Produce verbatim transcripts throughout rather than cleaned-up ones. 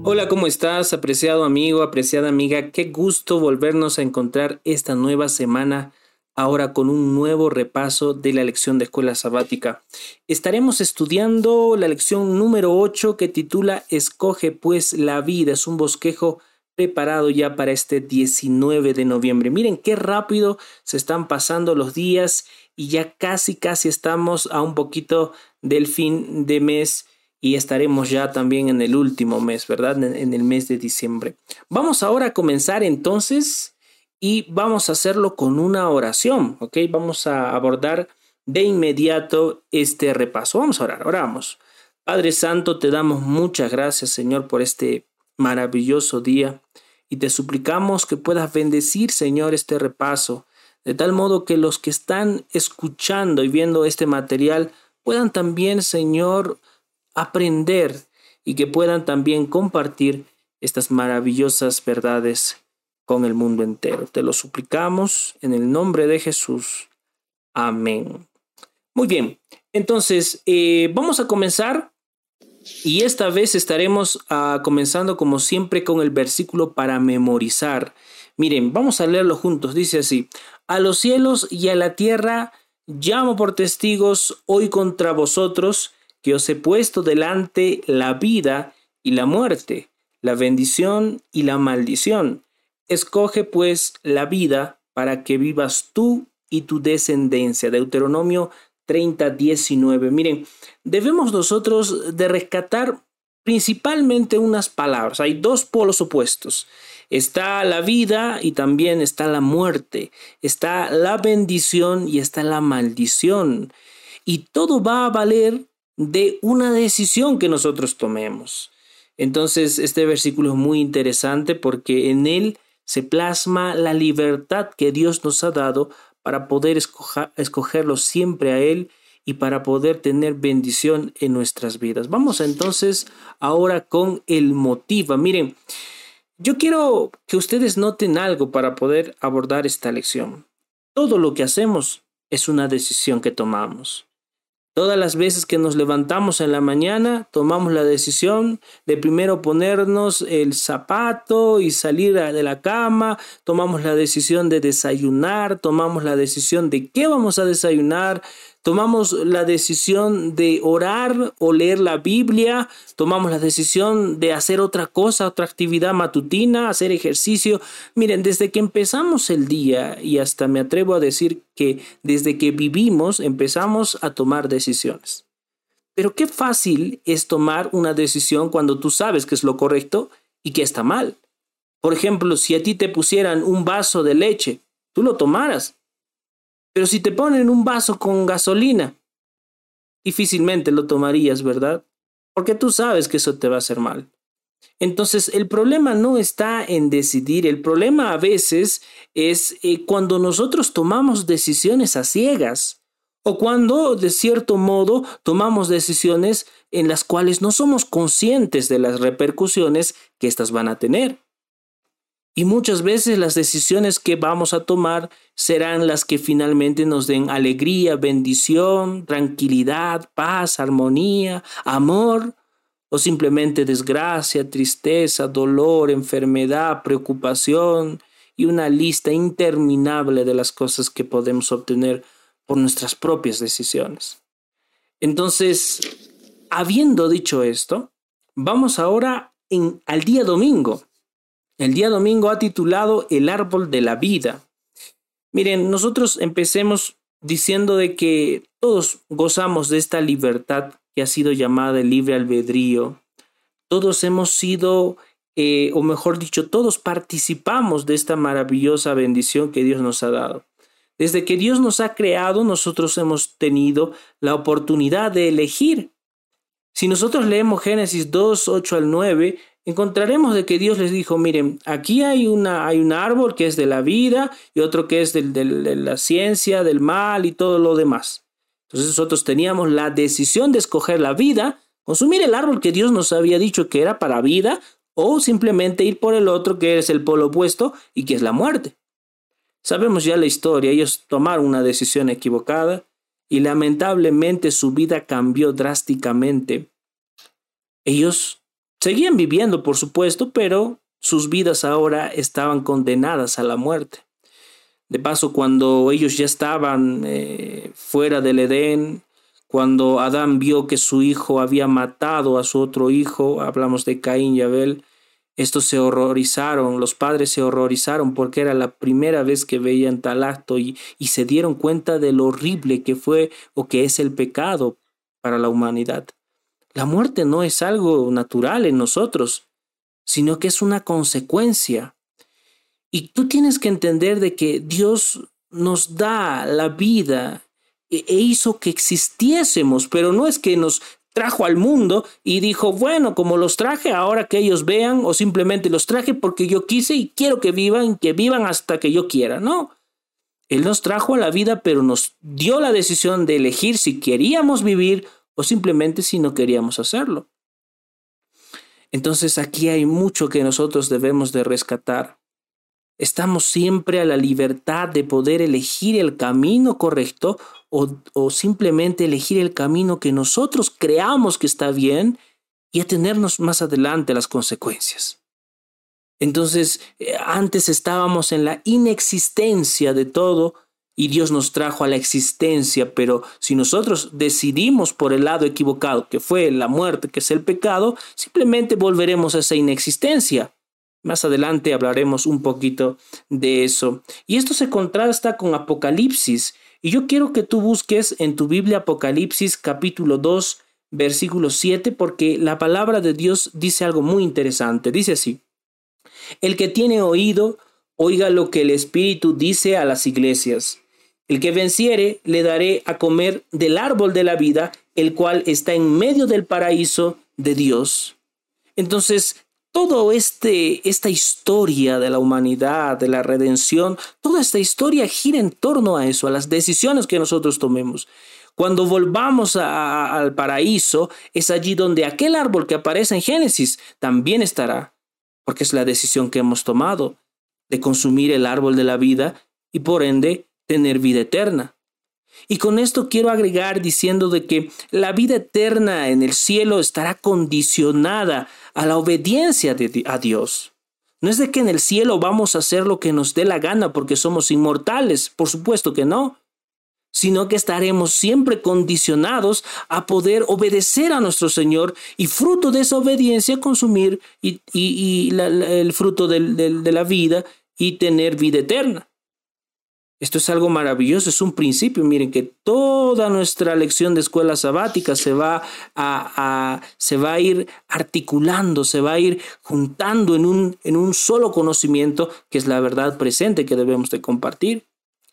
Hola, ¿cómo estás, apreciado amigo, apreciada amiga? Qué gusto volvernos a encontrar esta nueva semana, ahora con un nuevo repaso de la lección de escuela sabática. Estaremos estudiando la lección número ocho que titula Escoge pues la vida. Es un bosquejo preparado ya para este diecinueve de noviembre. Miren qué rápido se están pasando los días y ya casi, casi estamos a un poquito del fin de mes. Y estaremos ya también en el último mes, ¿verdad? En, en el mes de diciembre. Vamos ahora a comenzar entonces y vamos a hacerlo con una oración, ¿ok? Vamos a abordar de inmediato este repaso. Vamos a orar, oramos. Padre Santo, te damos muchas gracias, Señor, por este maravilloso día y te suplicamos que puedas bendecir, Señor, este repaso, de tal modo que los que están escuchando y viendo este material puedan también, Señor, aprender y que puedan también compartir estas maravillosas verdades con el mundo entero. Te lo suplicamos en el nombre de Jesús. Amén. Muy bien, entonces eh, vamos a comenzar y esta vez estaremos uh, comenzando como siempre con el versículo para memorizar. Miren, vamos a leerlo juntos. Dice así: a los cielos y a la tierra llamo por testigos hoy contra vosotros, que os he puesto delante la vida y la muerte, la bendición y la maldición. Escoge pues la vida para que vivas tú y tu descendencia. Deuteronomio treinta, diecinueve. Miren, debemos nosotros de rescatar principalmente unas palabras. Hay dos polos opuestos. Está la vida y también está la muerte. Está la bendición y está la maldición. Y todo va a valer de una decisión que nosotros tomemos. Entonces, este versículo es muy interesante porque en él se plasma la libertad que Dios nos ha dado para poder escoja, escogerlo siempre a Él y para poder tener bendición en nuestras vidas. Vamos entonces ahora con el motivo. Miren, yo quiero que ustedes noten algo para poder abordar esta lección. Todo lo que hacemos es una decisión que tomamos. Todas las veces que nos levantamos en la mañana, tomamos la decisión de primero ponernos el zapato y salir de la cama, tomamos la decisión de desayunar, tomamos la decisión de qué vamos a desayunar, tomamos la decisión de orar o leer la Biblia, tomamos la decisión de hacer otra cosa, otra actividad matutina, hacer ejercicio. Miren, desde que empezamos el día, y hasta me atrevo a decir que desde que vivimos empezamos a tomar decisiones. Pero qué fácil es tomar una decisión cuando tú sabes qué es lo correcto y qué está mal. Por ejemplo, si a ti te pusieran un vaso de leche, tú lo tomaras. Pero si te ponen un vaso con gasolina, difícilmente lo tomarías, ¿verdad? Porque tú sabes que eso te va a hacer mal. Entonces, el problema no está en decidir. El problema a veces es eh, cuando nosotros tomamos decisiones a ciegas o cuando, de cierto modo, tomamos decisiones en las cuales no somos conscientes de las repercusiones que éstas van a tener. Y muchas veces las decisiones que vamos a tomar serán las que finalmente nos den alegría, bendición, tranquilidad, paz, armonía, amor, o simplemente desgracia, tristeza, dolor, enfermedad, preocupación y una lista interminable de las cosas que podemos obtener por nuestras propias decisiones. Entonces, habiendo dicho esto, vamos ahora en, al día domingo. El día domingo ha titulado El árbol de la vida. Miren, nosotros empecemos diciendo de que todos gozamos de esta libertad que ha sido llamada el libre albedrío. Todos hemos sido, eh, o mejor dicho, todos participamos de esta maravillosa bendición que Dios nos ha dado. Desde que Dios nos ha creado, nosotros hemos tenido la oportunidad de elegir. Si nosotros leemos Génesis dos, ocho al nueve, encontraremos de que Dios les dijo, miren, aquí hay, una, hay un árbol que es de la vida y otro que es del, del, de la ciencia, del mal y todo lo demás. Entonces nosotros teníamos la decisión de escoger la vida, consumir el árbol que Dios nos había dicho que era para vida, o simplemente ir por el otro que es el polo opuesto y que es la muerte. Sabemos ya la historia, ellos tomaron una decisión equivocada y lamentablemente su vida cambió drásticamente. Ellos Seguían viviendo, por supuesto, pero sus vidas ahora estaban condenadas a la muerte. De paso, cuando ellos ya estaban eh, fuera del Edén, cuando Adán vio que su hijo había matado a su otro hijo, hablamos de Caín y Abel, estos se horrorizaron, los padres se horrorizaron porque era la primera vez que veían tal acto y, y se dieron cuenta de lo horrible que fue o que es el pecado para la humanidad. La muerte no es algo natural en nosotros, sino que es una consecuencia. Y tú tienes que entender de que Dios nos da la vida e hizo que existiésemos, pero no es que nos trajo al mundo y dijo, bueno, como los traje, ahora que ellos vean, o simplemente los traje porque yo quise y quiero que vivan, que vivan hasta que yo quiera. No, Él nos trajo a la vida, pero nos dio la decisión de elegir si queríamos vivir o simplemente si no queríamos hacerlo. Entonces aquí hay mucho que nosotros debemos de rescatar. Estamos siempre a la libertad de poder elegir el camino correcto o, o simplemente elegir el camino que nosotros creamos que está bien y atenernos más adelante a las consecuencias. Entonces, eh, antes estábamos en la inexistencia de todo y Dios nos trajo a la existencia, pero si nosotros decidimos por el lado equivocado, que fue la muerte, que es el pecado, simplemente volveremos a esa inexistencia. Más adelante hablaremos un poquito de eso. Y esto se contrasta con Apocalipsis. Y yo quiero que tú busques en tu Biblia Apocalipsis capítulo dos, versículo siete, porque la palabra de Dios dice algo muy interesante. Dice así: el que tiene oído, oiga lo que el Espíritu dice a las iglesias. El que venciere, le daré a comer del árbol de la vida, el cual está en medio del paraíso de Dios. Entonces, Todo este, esta historia de la humanidad, de la redención, toda esta historia gira en torno a eso, a las decisiones que nosotros tomemos. Cuando volvamos a, a, al paraíso, es allí donde aquel árbol que aparece en Génesis también estará, porque es la decisión que hemos tomado de consumir el árbol de la vida y por ende tener vida eterna. Y con esto quiero agregar diciendo de que la vida eterna en el cielo estará condicionada a la obediencia de, a Dios. No es de que en el cielo vamos a hacer lo que nos dé la gana porque somos inmortales, por supuesto que no, sino que estaremos siempre condicionados a poder obedecer a nuestro Señor y fruto de esa obediencia consumir y, y, y la, la, el fruto del, del, de la vida y tener vida eterna. Esto es algo maravilloso, es un principio. Miren que toda nuestra lección de escuela sabática se va a, a, se va a ir articulando, se va a ir juntando en un, en un solo conocimiento que es la verdad presente que debemos de compartir.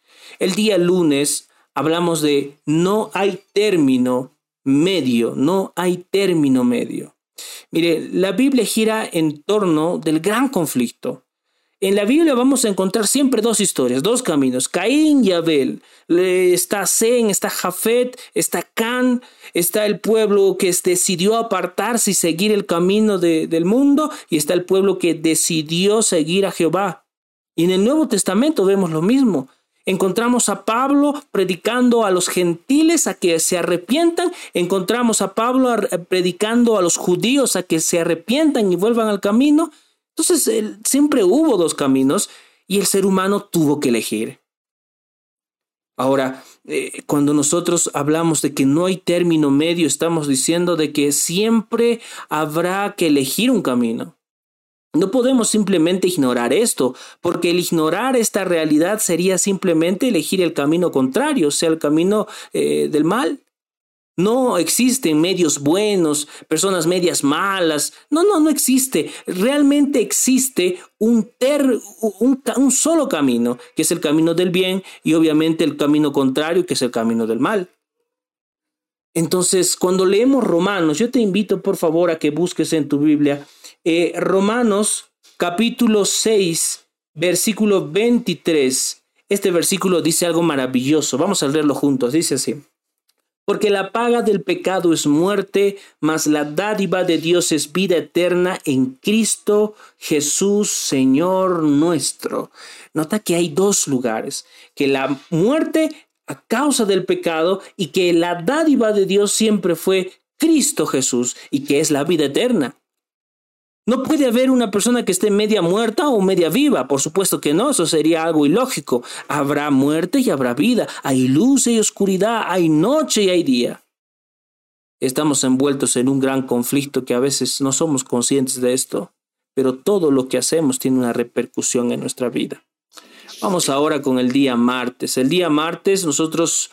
El día lunes hablamos de no hay término medio, no hay término medio. Mire, la Biblia gira en torno del gran conflicto. En la Biblia vamos a encontrar siempre dos historias, dos caminos, Caín y Abel. Está Sem, está Jafet, está Can, está el pueblo que decidió apartarse y seguir el camino de, del mundo, y está el pueblo que decidió seguir a Jehová. Y en el Nuevo Testamento vemos lo mismo. Encontramos a Pablo predicando a los gentiles a que se arrepientan. Encontramos a Pablo predicando a los judíos a que se arrepientan y vuelvan al camino. Entonces, el, siempre hubo dos caminos y el ser humano tuvo que elegir. Ahora, eh, cuando nosotros hablamos de que no hay término medio, estamos diciendo de que siempre habrá que elegir un camino. No podemos simplemente ignorar esto, porque el ignorar esta realidad sería simplemente elegir el camino contrario, o sea, el camino eh, del mal. No existen medios buenos, personas medias malas. No, no, no existe. Realmente existe un, ter, un, un solo camino, que es el camino del bien, y obviamente el camino contrario, que es el camino del mal. Entonces, cuando leemos Romanos, yo te invito por favor a que busques en tu Biblia eh, Romanos capítulo seis, versículo veintitrés. Este versículo dice algo maravilloso. Vamos a leerlo juntos. Dice así: porque la paga del pecado es muerte, mas la dádiva de Dios es vida eterna en Cristo Jesús, Señor nuestro. Nota que hay dos lugares, que la muerte a causa del pecado y que la dádiva de Dios siempre fue Cristo Jesús y que es la vida eterna. No puede haber una persona que esté media muerta o media viva. Por supuesto que no, eso sería algo ilógico. Habrá muerte y habrá vida. Hay luz y oscuridad, hay noche y hay día. Estamos envueltos en un gran conflicto que a veces no somos conscientes de esto, pero todo lo que hacemos tiene una repercusión en nuestra vida. Vamos ahora con el día martes. El día martes nosotros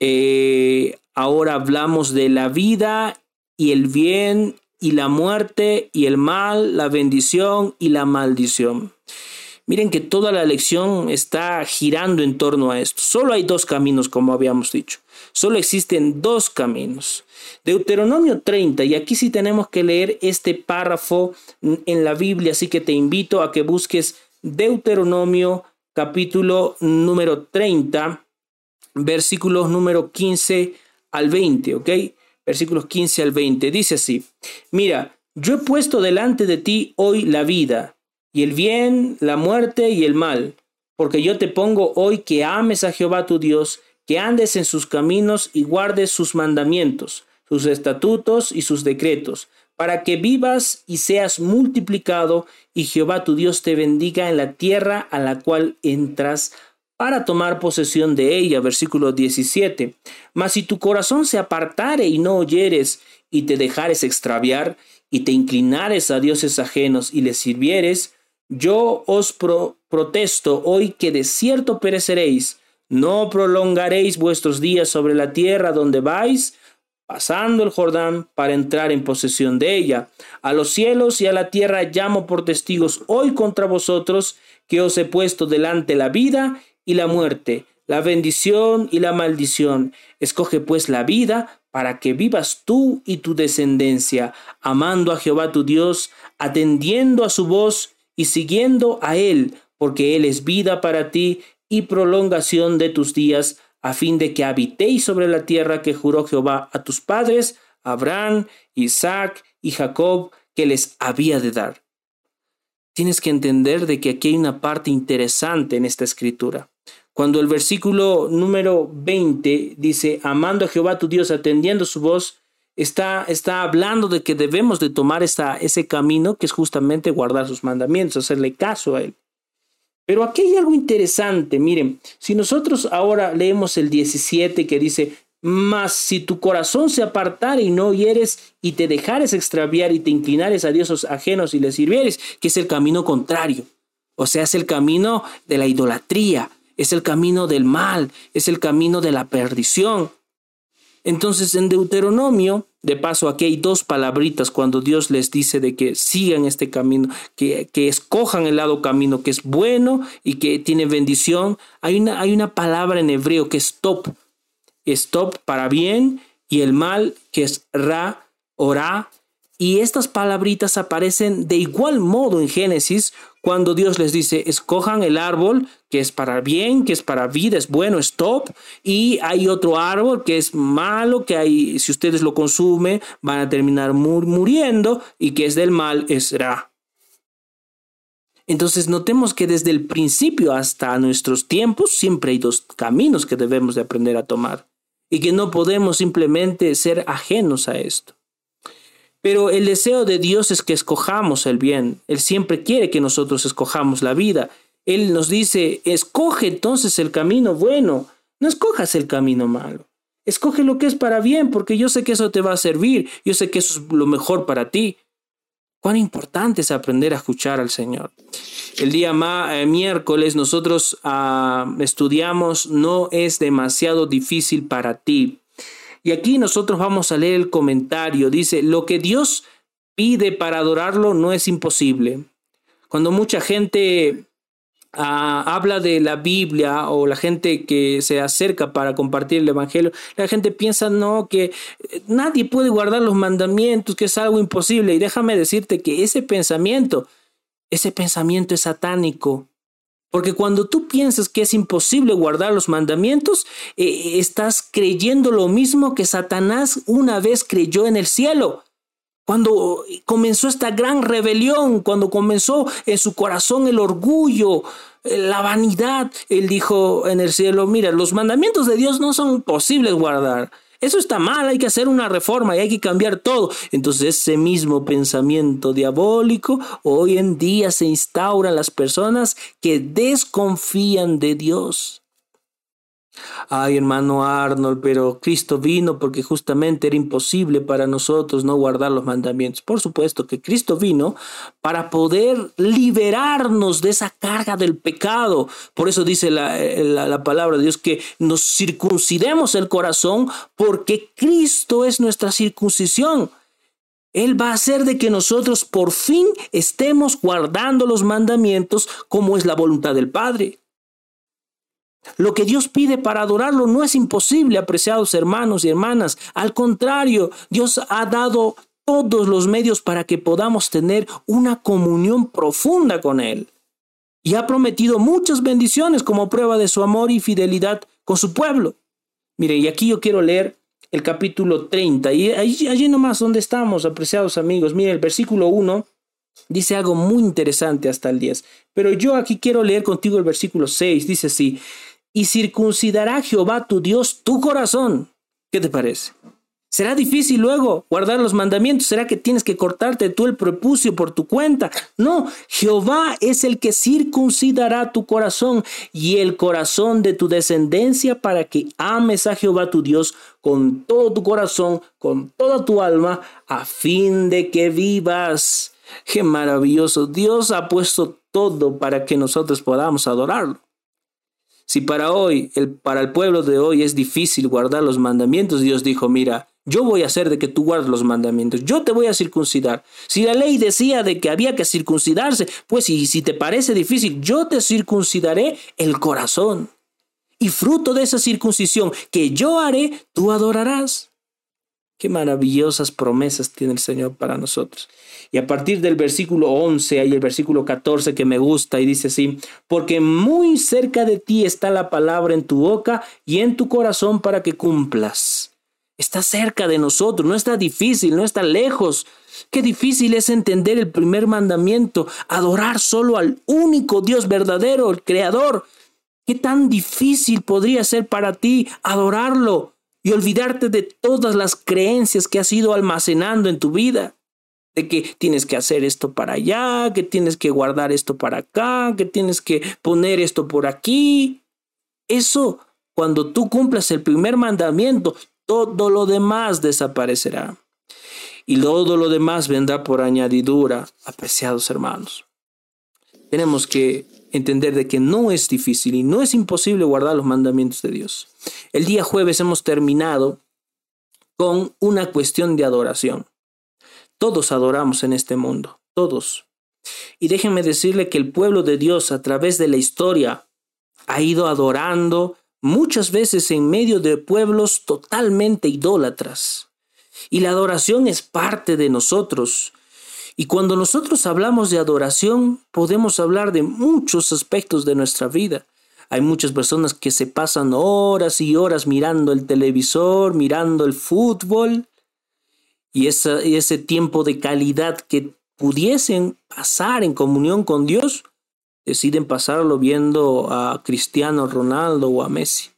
eh, ahora hablamos de la vida y el bien y la muerte y el mal, la bendición y la maldición. Miren que toda la lección está girando en torno a esto. Solo hay dos caminos, como habíamos dicho. Solo existen dos caminos. Deuteronomio treinta, y aquí sí tenemos que leer este párrafo en la Biblia, así que te invito a que busques Deuteronomio capítulo número treinta, versículos número quince al veinte, ¿ok? Versículos quince al veinte, dice así: mira, yo he puesto delante de ti hoy la vida, y el bien, la muerte y el mal, porque yo te pongo hoy que ames a Jehová tu Dios, que andes en sus caminos y guardes sus mandamientos, sus estatutos y sus decretos, para que vivas y seas multiplicado, y Jehová tu Dios te bendiga en la tierra a la cual entras para tomar posesión de ella. Versículo diecisiete. Mas si tu corazón se apartare y no oyeres, y te dejares extraviar, y te inclinares a dioses ajenos y les sirvieres, yo os pro protesto hoy que de cierto pereceréis. No prolongaréis vuestros días sobre la tierra donde vais, pasando el Jordán para entrar en posesión de ella. A los cielos y a la tierra llamo por testigos hoy contra vosotros, que os he puesto delante la vida y la muerte, la bendición y la maldición. Escoge pues la vida para que vivas tú y tu descendencia, amando a Jehová tu Dios, atendiendo a su voz y siguiendo a él, porque él es vida para ti y prolongación de tus días, a fin de que habitéis sobre la tierra que juró Jehová a tus padres, Abraham, Isaac y Jacob, que les había de dar. Tienes que entender de que aquí hay una parte interesante en esta escritura. Cuando el versículo número veinte dice, amando a Jehová tu Dios, atendiendo su voz, está, está hablando de que debemos de tomar esa, ese camino que es justamente guardar sus mandamientos, hacerle caso a él. Pero aquí hay algo interesante. Miren, si nosotros ahora leemos el diecisiete que dice, mas si tu corazón se apartare y no oyeres y te dejares extraviar y te inclinares a dioses ajenos y les sirvieres, que es el camino contrario. O sea, es el camino de la idolatría, es el camino del mal, es el camino de la perdición. Entonces en Deuteronomio, de paso aquí hay dos palabritas cuando Dios les dice de que sigan este camino, que, que escojan el lado camino que es bueno y que tiene bendición. Hay una, hay una palabra en hebreo que es stop, stop para bien, y el mal que es ra, orá. Y estas palabritas aparecen de igual modo en Génesis cuando Dios les dice, escojan el árbol que es para bien, que es para vida, es bueno, stop. Y hay otro árbol que es malo, que hay, si ustedes lo consumen van a terminar mur muriendo, y que es del mal, es ra. Entonces notemos que desde el principio hasta nuestros tiempos siempre hay dos caminos que debemos de aprender a tomar. Y que no podemos simplemente ser ajenos a esto. Pero el deseo de Dios es que escojamos el bien. Él siempre quiere que nosotros escojamos la vida. Él nos dice, escoge entonces el camino bueno. No escojas el camino malo. Escoge lo que es para bien, porque yo sé que eso te va a servir. Yo sé que eso es lo mejor para ti. Cuán importante es aprender a escuchar al Señor. El día ma, eh, miércoles nosotros uh, estudiamos No es demasiado difícil para ti. Y aquí nosotros vamos a leer el comentario. Dice, lo que Dios pide para adorarlo no es imposible. Cuando mucha gente uh, habla de la Biblia, o la gente que se acerca para compartir el Evangelio, la gente piensa, no, que nadie puede guardar los mandamientos, que es algo imposible. Y déjame decirte que ese pensamiento, ese pensamiento es satánico. Porque cuando tú piensas que es imposible guardar los mandamientos, eh, estás creyendo lo mismo que Satanás una vez creyó en el cielo. Cuando comenzó esta gran rebelión, cuando comenzó en su corazón el orgullo, la vanidad, él dijo en el cielo, mira, los mandamientos de Dios no son posibles guardar. eso está mal, hay que hacer una reforma y hay que cambiar todo. Entonces ese mismo pensamiento diabólico hoy en día se instaura en las personas que desconfían de Dios. Ay, hermano Arnold, pero Cristo vino porque justamente era imposible para nosotros no guardar los mandamientos. Por supuesto que Cristo vino para poder liberarnos de esa carga del pecado. Por eso dice la, la, la palabra de Dios que nos circuncidemos el corazón, porque Cristo es nuestra circuncisión. Él va a hacer de que nosotros por fin estemos guardando los mandamientos como es la voluntad del Padre. Lo que Dios pide para adorarlo no es imposible, apreciados hermanos y hermanas. Al contrario, Dios ha dado todos los medios para que podamos tener una comunión profunda con Él. Y ha prometido muchas bendiciones como prueba de su amor y fidelidad con su pueblo. Mire, y aquí yo quiero leer el capítulo treinta. Y allí, allí nomás donde estamos, apreciados amigos. Mire, el versículo uno dice algo muy interesante hasta el diez. Pero yo aquí quiero leer contigo el versículo seis. Dice así: y circuncidará Jehová tu Dios tu corazón. ¿Qué te parece? ¿Será difícil luego guardar los mandamientos? ¿Será que tienes que cortarte tú el prepucio por tu cuenta? No, Jehová es el que circuncidará tu corazón y el corazón de tu descendencia, para que ames a Jehová tu Dios con todo tu corazón, con toda tu alma, a fin de que vivas. ¡Qué maravilloso! Dios ha puesto todo para que nosotros podamos adorarlo. Si para hoy, el, para el pueblo de hoy es difícil guardar los mandamientos, Dios dijo: mira, yo voy a hacer de que tú guardes los mandamientos, yo te voy a circuncidar. Si la ley decía de que había que circuncidarse, pues si, si te parece difícil, yo te circuncidaré el corazón. Y fruto de esa circuncisión que yo haré, tú adorarás. Qué maravillosas promesas tiene el Señor para nosotros. Y a partir del versículo once hay el versículo catorce que me gusta y dice así: porque muy cerca de ti está la palabra en tu boca y en tu corazón para que cumplas. Está cerca de nosotros, no está difícil, no está lejos. Qué difícil es entender el primer mandamiento, adorar solo al único Dios verdadero, el Creador. Qué tan difícil podría ser para ti adorarlo y olvidarte de todas las creencias que has ido almacenando en tu vida. De que tienes que hacer esto para allá, que tienes que guardar esto para acá, que tienes que poner esto por aquí. Eso, cuando tú cumplas el primer mandamiento, todo lo demás desaparecerá. Y todo lo demás vendrá por añadidura, apreciados hermanos. Tenemos que entender de que no es difícil y no es imposible guardar los mandamientos de Dios. El día jueves hemos terminado con una cuestión de adoración. Todos adoramos en este mundo, todos. Y déjenme decirle que el pueblo de Dios a través de la historia ha ido adorando muchas veces en medio de pueblos totalmente idólatras. Y la adoración es parte de nosotros. Y cuando nosotros hablamos de adoración, podemos hablar de muchos aspectos de nuestra vida. Hay muchas personas que se pasan horas y horas mirando el televisor, mirando el fútbol. Y, esa, y ese tiempo de calidad que pudiesen pasar en comunión con Dios, deciden pasarlo viendo a Cristiano Ronaldo o a Messi.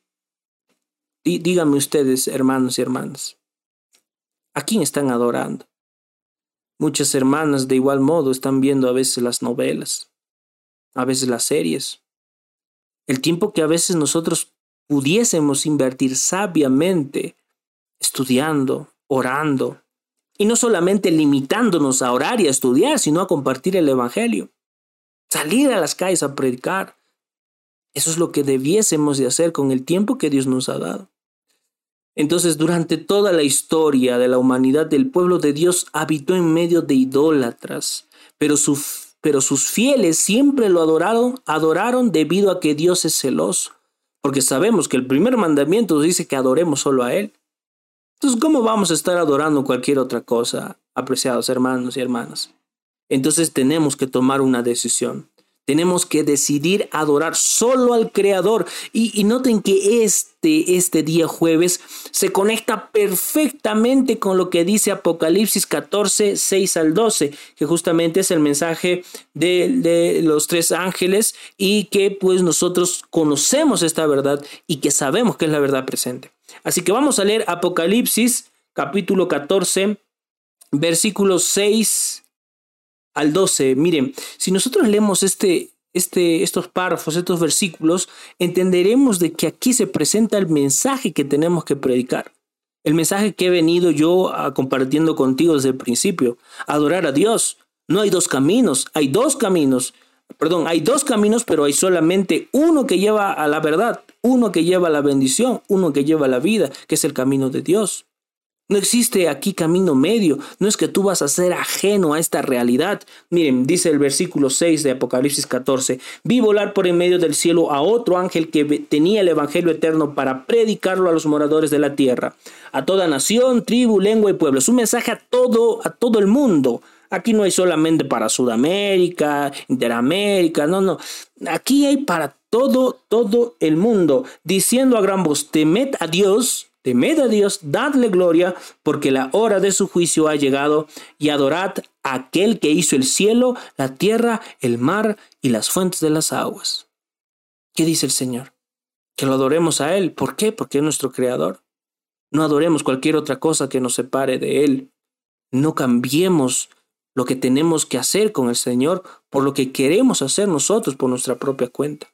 Y díganme ustedes, hermanos y hermanas, ¿a quién están adorando? Muchas hermanas de igual modo están viendo a veces las novelas, a veces las series. El tiempo que a veces nosotros pudiésemos invertir sabiamente estudiando, orando, y no solamente limitándonos a orar y a estudiar, sino a compartir el evangelio. Salir a las calles a predicar. Eso es lo que debiésemos de hacer con el tiempo que Dios nos ha dado. Entonces, durante toda la historia de la humanidad, el pueblo de Dios habitó en medio de idólatras, pero, su, pero sus fieles siempre lo adoraron, adoraron debido a que Dios es celoso, porque sabemos que el primer mandamiento nos dice que adoremos solo a Él. Entonces, ¿cómo vamos a estar adorando cualquier otra cosa, apreciados hermanos y hermanas? Entonces tenemos que tomar una decisión. Tenemos que decidir adorar solo al Creador. Y, y noten que este, este día jueves se conecta perfectamente con lo que dice Apocalipsis catorce, seis al doce, que justamente es el mensaje de, de los tres ángeles y que pues nosotros conocemos esta verdad y que sabemos que es la verdad presente. Así que vamos a leer Apocalipsis capítulo catorce, versículos seis al doce. Miren, si nosotros leemos este, este, estos párrafos, estos versículos, entenderemos de que aquí se presenta el mensaje que tenemos que predicar. El mensaje que he venido yo a compartiendo contigo desde el principio. Adorar a Dios. No hay dos caminos, hay dos caminos. Perdón, hay dos caminos, pero hay solamente uno que lleva a la verdad, uno que lleva a la bendición, uno que lleva a la vida, que es el camino de Dios. No existe aquí camino medio. No es que tú vas a ser ajeno a esta realidad. Miren, dice el versículo seis de Apocalipsis catorce. Vi volar por en medio del cielo a otro ángel que tenía el evangelio eterno para predicarlo a los moradores de la tierra, a toda nación, tribu, lengua y pueblo. Es un mensaje a todo, a todo el mundo. Aquí no hay solamente para Sudamérica, Interamérica, no, no. Aquí hay para todo, todo el mundo, diciendo a gran voz, temed a Dios, temed a Dios, dadle gloria, porque la hora de su juicio ha llegado, y adorad a aquel que hizo el cielo, la tierra, el mar y las fuentes de las aguas. ¿Qué dice el Señor? Que lo adoremos a Él. ¿Por qué? Porque es nuestro Creador. No adoremos cualquier otra cosa que nos separe de Él. No cambiemos lo que tenemos que hacer con el Señor por lo que queremos hacer nosotros por nuestra propia cuenta.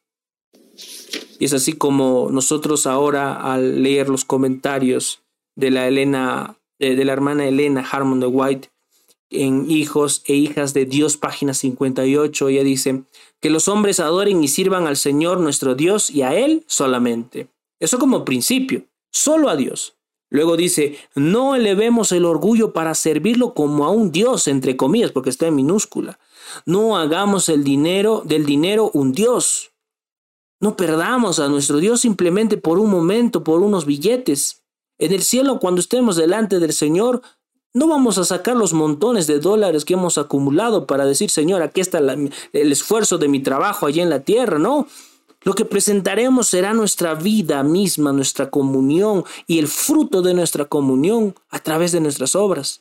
Y es así como nosotros ahora, al leer los comentarios de la Elena, de, de la hermana Elena Harmon de White en Hijos e Hijas de Dios, página cincuenta y ocho, ella dice que los hombres adoren y sirvan al Señor nuestro Dios y a Él solamente. Eso como principio, solo a Dios. Luego dice, no elevemos el orgullo para servirlo como a un Dios, entre comillas, porque está en minúscula. No hagamos el dinero, del dinero un Dios. No perdamos a nuestro Dios simplemente por un momento, por unos billetes. En el cielo, cuando estemos delante del Señor, no vamos a sacar los montones de dólares que hemos acumulado para decir, Señor, aquí está la, el esfuerzo de mi trabajo allá en la tierra, no. Lo que presentaremos será nuestra vida misma, nuestra comunión y el fruto de nuestra comunión a través de nuestras obras.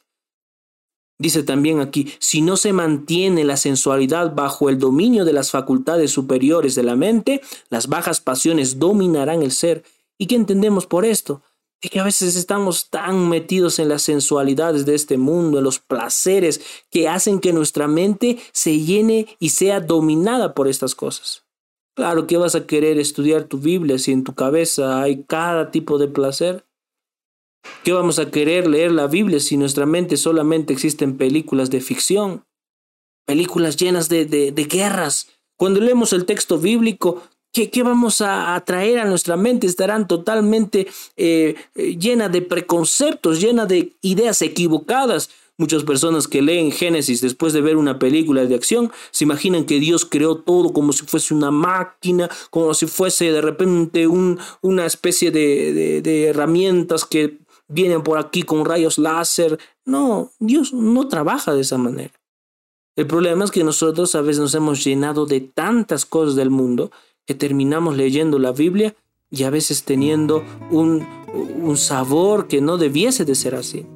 Dice también aquí, si no se mantiene la sensualidad bajo el dominio de las facultades superiores de la mente, las bajas pasiones dominarán el ser. ¿Y qué entendemos por esto? Es que a veces estamos tan metidos en las sensualidades de este mundo, en los placeres que hacen que nuestra mente se llene y sea dominada por estas cosas. Claro que vas a querer estudiar tu Biblia si en tu cabeza hay cada tipo de placer. ¿Qué vamos a querer leer la Biblia si en nuestra mente solamente existen películas de ficción? Películas llenas de, de, de guerras. Cuando leemos el texto bíblico, ¿qué, qué vamos a, a traer a nuestra mente? Estarán totalmente eh, llenas de preconceptos, llenas de ideas equivocadas. Muchas personas que leen Génesis después de ver una película de acción se imaginan que Dios creó todo como si fuese una máquina, como si fuese de repente un, una especie de, de, de herramientas que vienen por aquí con rayos láser. No, Dios no trabaja de esa manera. El problema es que nosotros a veces nos hemos llenado de tantas cosas del mundo que terminamos leyendo la Biblia y a veces teniendo un, un sabor que no debiese de ser así.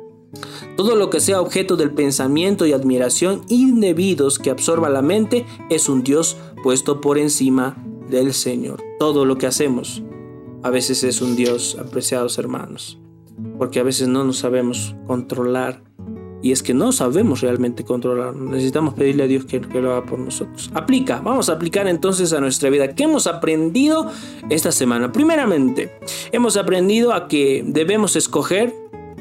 Todo lo que sea objeto del pensamiento y admiración indebidos que absorba la mente es un Dios puesto por encima del Señor. Todo lo que hacemos a veces es un Dios, apreciados hermanos, porque a veces no nos sabemos controlar. Y es que no sabemos realmente controlar. Necesitamos pedirle a Dios que, que lo haga por nosotros. Aplica, vamos a aplicar entonces a nuestra vida. ¿Qué hemos aprendido esta semana? Primeramente, hemos aprendido a que debemos escoger,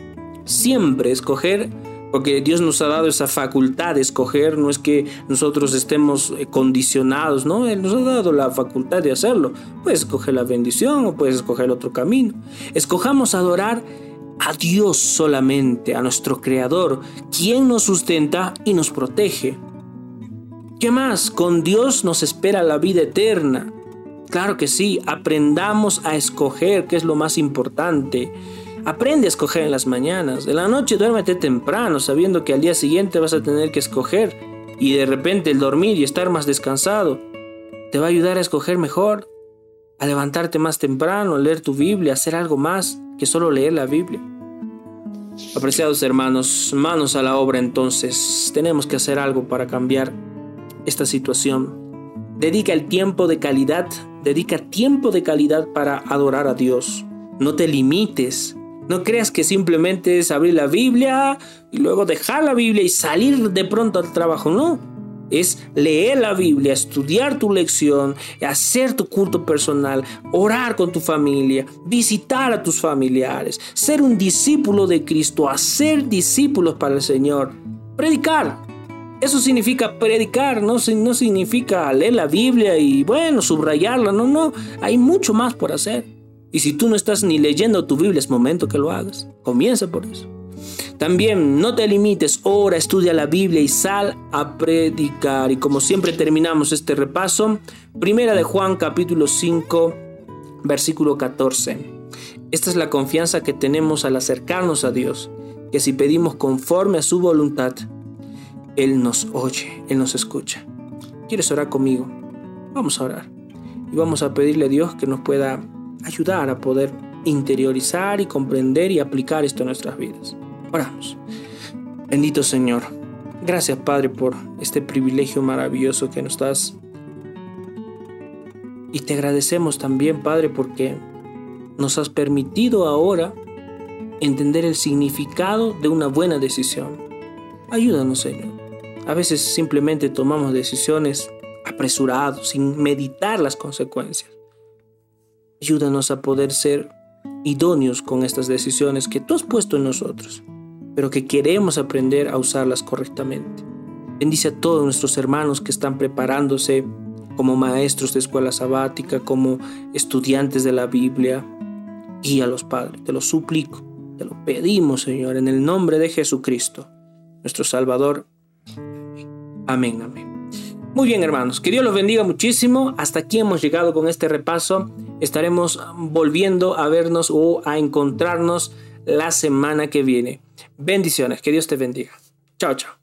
siempre escoger, porque Dios nos ha dado esa facultad de escoger. No es que nosotros estemos condicionados, ¿no? Él nos ha dado la facultad de hacerlo. Puedes escoger la bendición o puedes escoger otro camino. Escojamos adorar a Dios solamente, a nuestro Creador, quien nos sustenta y nos protege. ¿Qué más? Con Dios nos espera la vida eterna. Claro que sí, aprendamos a escoger, que es lo más importante. Aprende a escoger en las mañanas. En la noche duérmete temprano, sabiendo que al día siguiente vas a tener que escoger. Y de repente el dormir y estar más descansado te va a ayudar a escoger mejor, a levantarte más temprano, a leer tu Biblia, a hacer algo más que solo leer la Biblia. Apreciados hermanos, manos a la obra entonces. Tenemos que hacer algo para cambiar esta situación. Dedica el tiempo de calidad, dedica tiempo de calidad para adorar a Dios. No te limites. No creas que simplemente es abrir la Biblia y luego dejar la Biblia y salir de pronto al trabajo. No, es leer la Biblia, estudiar tu lección, hacer tu culto personal, orar con tu familia, visitar a tus familiares, ser un discípulo de Cristo, hacer discípulos para el Señor, predicar. Eso significa predicar, no, no significa leer la Biblia y bueno, subrayarla. No, no, hay mucho más por hacer. Y si tú no estás ni leyendo tu Biblia, es momento que lo hagas. Comienza por eso. También no te limites, ora, estudia la Biblia y sal a predicar. Y como siempre terminamos este repaso, Primera de Juan capítulo cinco, versículo catorce. Esta es la confianza que tenemos al acercarnos a Dios, que si pedimos conforme a su voluntad, Él nos oye, Él nos escucha. ¿Quieres orar conmigo? Vamos a orar. Y vamos a pedirle a Dios que nos pueda ayudar a poder interiorizar y comprender y aplicar esto en nuestras vidas. Oramos. Bendito Señor, gracias Padre por este privilegio maravilloso que nos das. Y te agradecemos también, Padre, porque nos has permitido ahora entender el significado de una buena decisión. Ayúdanos, Señor. A veces simplemente tomamos decisiones apresuradas, sin meditar las consecuencias. Ayúdanos a poder ser idóneos con estas decisiones que tú has puesto en nosotros, pero que queremos aprender a usarlas correctamente. Bendice a todos nuestros hermanos que están preparándose como maestros de escuela sabática, como estudiantes de la Biblia. Guía a los padres, te lo suplico, te lo pedimos, Señor, en el nombre de Jesucristo, nuestro Salvador. Amén, amén. Muy bien, hermanos, que Dios los bendiga muchísimo. Hasta aquí hemos llegado con este repaso. Estaremos volviendo a vernos o a encontrarnos la semana que viene. Bendiciones, que Dios te bendiga. Chao, chao.